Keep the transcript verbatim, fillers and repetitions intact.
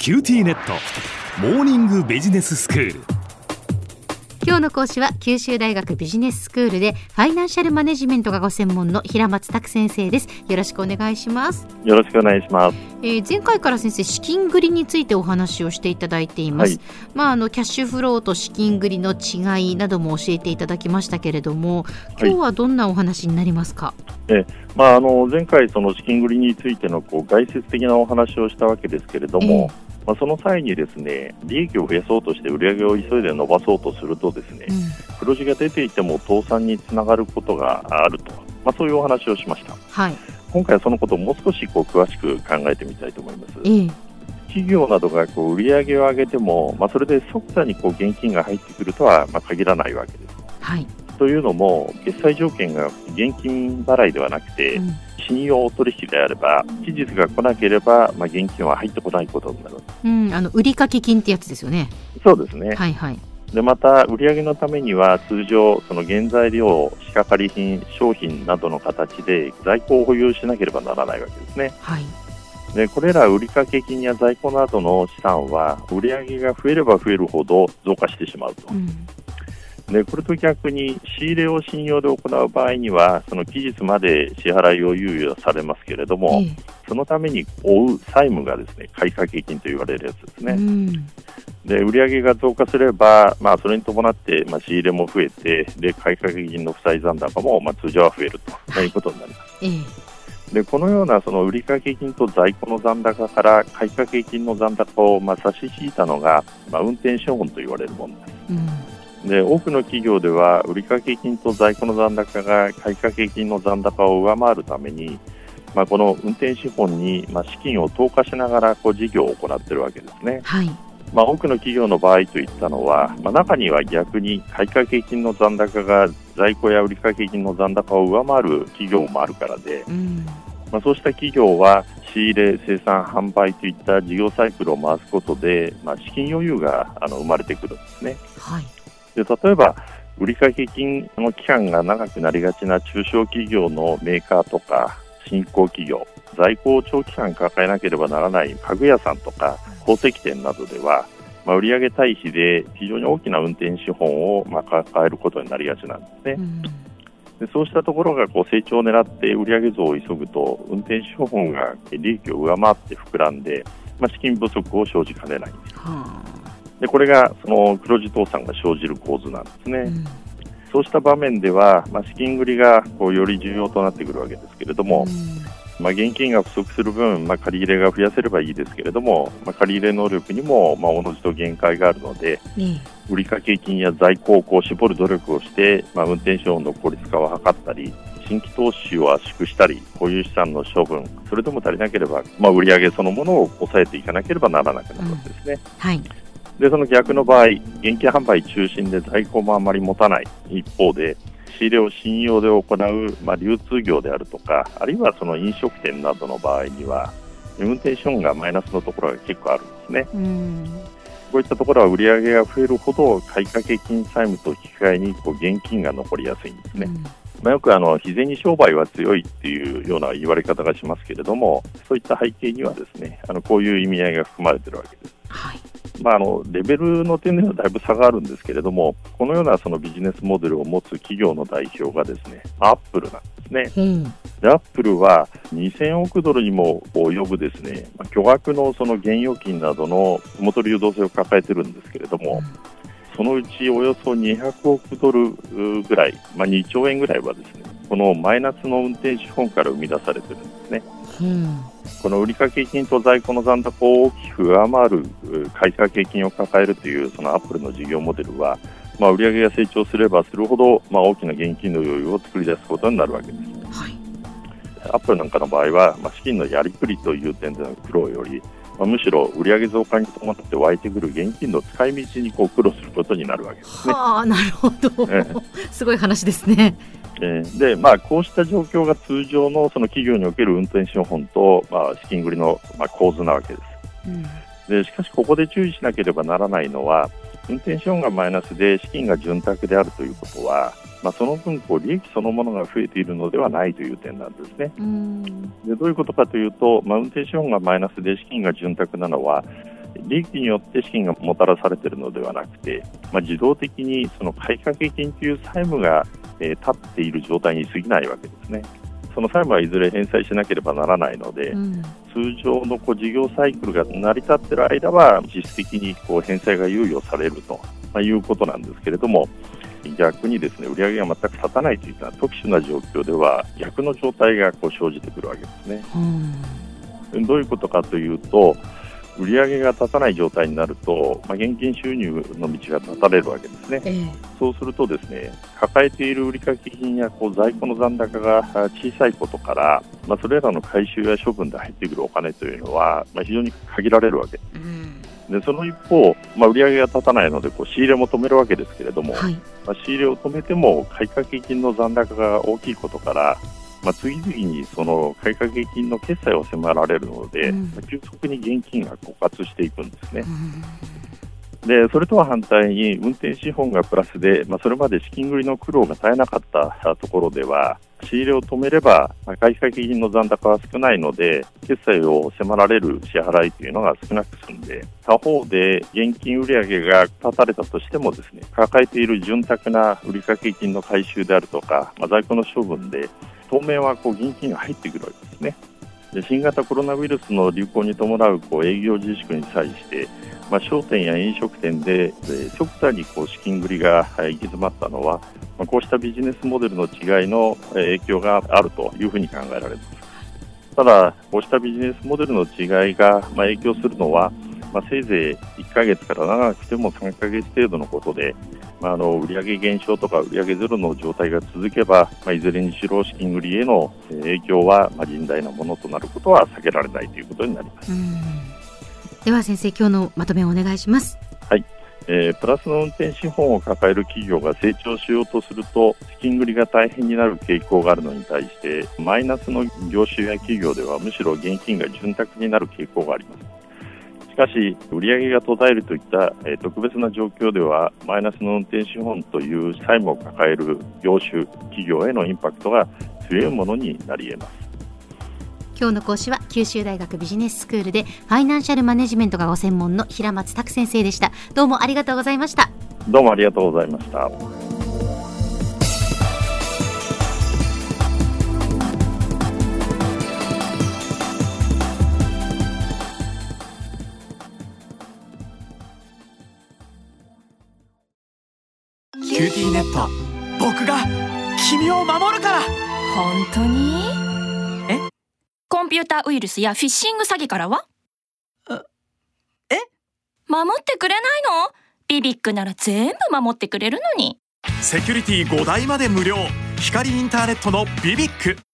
キューティーネットモーニングビジネススクール。 今日の講師は九州大学ビジネススクールでファイナンシャルマネジメントがご専門の平松卓先生です。よろしくお願いします。 よろしくお願いします。 えー、前回から先生、資金繰りについてお話をしていただいています。はい、まあ、あのキャッシュフローと資金繰りの違いなども教えていただきましたけれども、今日はどんなお話になりますか？ はい、えまあ、あの前回その資金繰りについてのこう概説的なお話をしたわけですけれども、えーまあ、その際にですね、利益を増やそうとして売り上げを急いで伸ばそうとするとですね、うん、黒字が出ていても倒産につながることがあると、まあ、そういうお話をしました。はい、今回はそのことをもう少しこう詳しく考えてみたいと思います。えー、企業などがこう売り上げを上げても、まあ、それで即座にこう現金が入ってくるとはまあ限らないわけです。はい、というのも決済条件が現金払いではなくて、うん、信用取引であれば期日が来なければ、まあ、現金は入ってこないことになる、 うん、あの売掛金ってやつですよね。 そうですね。 はいはい。 でまた売上のためには通常その原材料、仕掛かり品、商品などの形で在庫を保有しなければならないわけですね。はい、でこれら売掛金や在庫などの資産は売上が増えれば増えるほど増加してしまうと、うん、でこれと逆に仕入れを信用で行う場合にはその期日まで支払いを猶予されますけれども、ええ、そのために負う債務がですね買掛金と言われるやつですね。うん、で売上が増加すれば、まあ、それに伴って、まあ、仕入れも増えてで買掛金の負債残高も、まあ、通常は増えるということになります。ええ、でこのようなその売掛金と在庫の残高から買掛金の残高を、まあ、差し引いたのが、まあ、運転資本と言われるものです。うん、で多くの企業では売掛金と在庫の残高が買掛金の残高を上回るために、まあ、この運転資本に、まあ、資金を投下しながらこう事業を行っているわけですね。はい、まあ、多くの企業の場合といったのは、まあ、中には逆に買掛金の残高が在庫や売掛金の残高を上回る企業もあるからで、うん、まあ、そうした企業は仕入れ、生産、販売といった事業サイクルを回すことで、まあ、資金余裕があの生まれてくるんですね。はい、で例えば売掛金の期間が長くなりがちな中小企業のメーカーとか新興企業、在庫を長期間抱えなければならない家具屋さんとか宝石店などでは、まあ、売上対比で非常に大きな運転資本をまあ抱えることになりがちなんですね。うん、でそうしたところがこう成長を狙って売上増を急ぐと運転資本が利益を上回って膨らんで、まあ、資金不足を生じかねないんです。はあ、でこれがその黒字倒産が生じる構図なんですね。うん、そうした場面では、まあ、資金繰りがこうより重要となってくるわけですけれども、うん、まあ、現金が不足する分、まあ、借り入れが増やせればいいですけれども、まあ、借り入れ能力にもまあおのずと限界があるので、うん、売掛金や在庫をこう絞る努力をして、まあ、運転資本の効率化を図ったり新規投資を圧縮したり保有資産の処分、それでも足りなければ、まあ、売上そのものを抑えていかなければならなくなるわけですね。うん、はい、でその逆の場合、現金販売中心で在庫もあまり持たない一方で仕入れを信用で行う、まあ、流通業であるとかあるいはその飲食店などの場合には運転資本がマイナスのところが結構あるんですね。うん、こういったところは売上が増えるほど買掛金債務と引き換えにこう現金が残りやすいんですね。うん、まあ、よくあの日銭商売は強いっていうような言われ方がしますけれども、そういった背景にはですねあのこういう意味合いが含まれているわけです。はい、まあ、あのレベルの点ではだいぶ差があるんですけれども、このようなそのビジネスモデルを持つ企業の代表がですねアップルなんですね。うん、でアップルはにせんおくドルにも及ぶですね、まあ、巨額のその現預金などの元流動性を抱えているんですけれども、うん、そのうちおよそにひゃくおくドルぐらい、まあ、にちょうえんぐらいはですねこのマイナスの運転資本から生み出されているんですね。うん、この売掛金と在庫の残高を大きく上回る買掛金を抱えるというそのアップルの事業モデルは、まあ、売上が成長すればするほど、まあ、大きな現金の余裕を作り出すことになるわけです。はい、アップルなんかの場合は、まあ、資金のやりくりという点での苦労より、まあ、むしろ売上増加に伴って湧いてくる現金の使い道にこう苦労することになるわけですね。 はあ、なるほど、ええ、すごい話ですね。 えーでまあ、こうした状況が通常のその企業における運転資本と、まあ、資金繰りの、まあ、構図なわけです。うん、でしかしここで注意しなければならないのは運転資本がマイナスで資金が潤沢であるということは、まあ、その分こう利益そのものが増えているのではないという点なんですね。うん、でどういうことかというと、まあ、運転資本がマイナスで資金が潤沢なのは利益によって資金がもたらされているのではなくて、まあ、自動的にその買掛金という債務が、えー、立っている状態に過ぎないわけですね。その債務はいずれ返済しなければならないので、うん、通常のこう事業サイクルが成り立っている間は実質的にこう返済が猶予されると、まあ、いうことなんですけれども、逆にですね、売上が全く立たないといった特殊な状況では逆の状態がこう生じてくるわけですね。うん、どういうことかというと、売上が立たない状態になると、まあ、現金収入の道が断たれるわけですね。えー、そうするとですね、抱えている売掛金やこう在庫の残高が小さいことから、まあ、それらの回収や処分で入ってくるお金というのは、まあ、非常に限られるわけです。うん、でその一方、まあ、売上が立たないのでこう仕入れも止めるわけですけれども、はい、まあ、仕入れを止めても買掛金の残高が大きいことから、まあ、次々にその買掛金の決済を迫られるので、うん、急速に現金が枯渇していくんですね。うん、でそれとは反対に運転資本がプラスで、まあ、それまで資金繰りの苦労が絶えなかったところでは仕入れを止めれば、まあ、買掛金の残高は少ないので決済を迫られる支払いというのが少なく済んで、他方で現金売上が立たれたとしてもですね、抱えている潤沢な売掛金の回収であるとか、まあ、在庫の処分で当面はこう現金が入ってくるわけですね。で新型コロナウイルスの流行に伴うこう営業自粛に際して、まあ、商店や飲食店で極端にこう資金繰りが行き詰まったのは、まあ、こうしたビジネスモデルの違いの影響があるというふうに考えられます。ただ、こうしたビジネスモデルの違いがまあ影響するのは、まあ、せいぜいいっかげつから長くてもさんかげつ程度のことで、まあ、あの売上減少とか売上ゼロの状態が続けば、まあ、いずれにしろ資金繰りへの影響はまあ甚大なものとなることは避けられないということになります。うん、 では先生、今日のまとめをお願いします。 はい、えー、プラスの運転資本を抱える企業が成長しようとすると資金繰りが大変になる傾向があるのに対して、マイナスの業種や企業ではむしろ現金が潤沢になる傾向があります。しかし売上が途絶えるといった、えー、特別な状況ではマイナスの運転資本という債務を抱える業種企業へのインパクトが強いものになり得ます。 今日の講師は九州大学ビジネススクールでファイナンシャルマネジメントがご専門の平松卓先生でした。どうもありがとうございました。 どうもありがとうございました。 キューティーネット、僕が君を守るから。 本当に？え？コンピューターウイルスやフィッシング詐欺からは？ え？ 守ってくれないの？ビビックなら全部守ってくれるのに。 セキュリティごだいまで無料。光インターネットのビビック。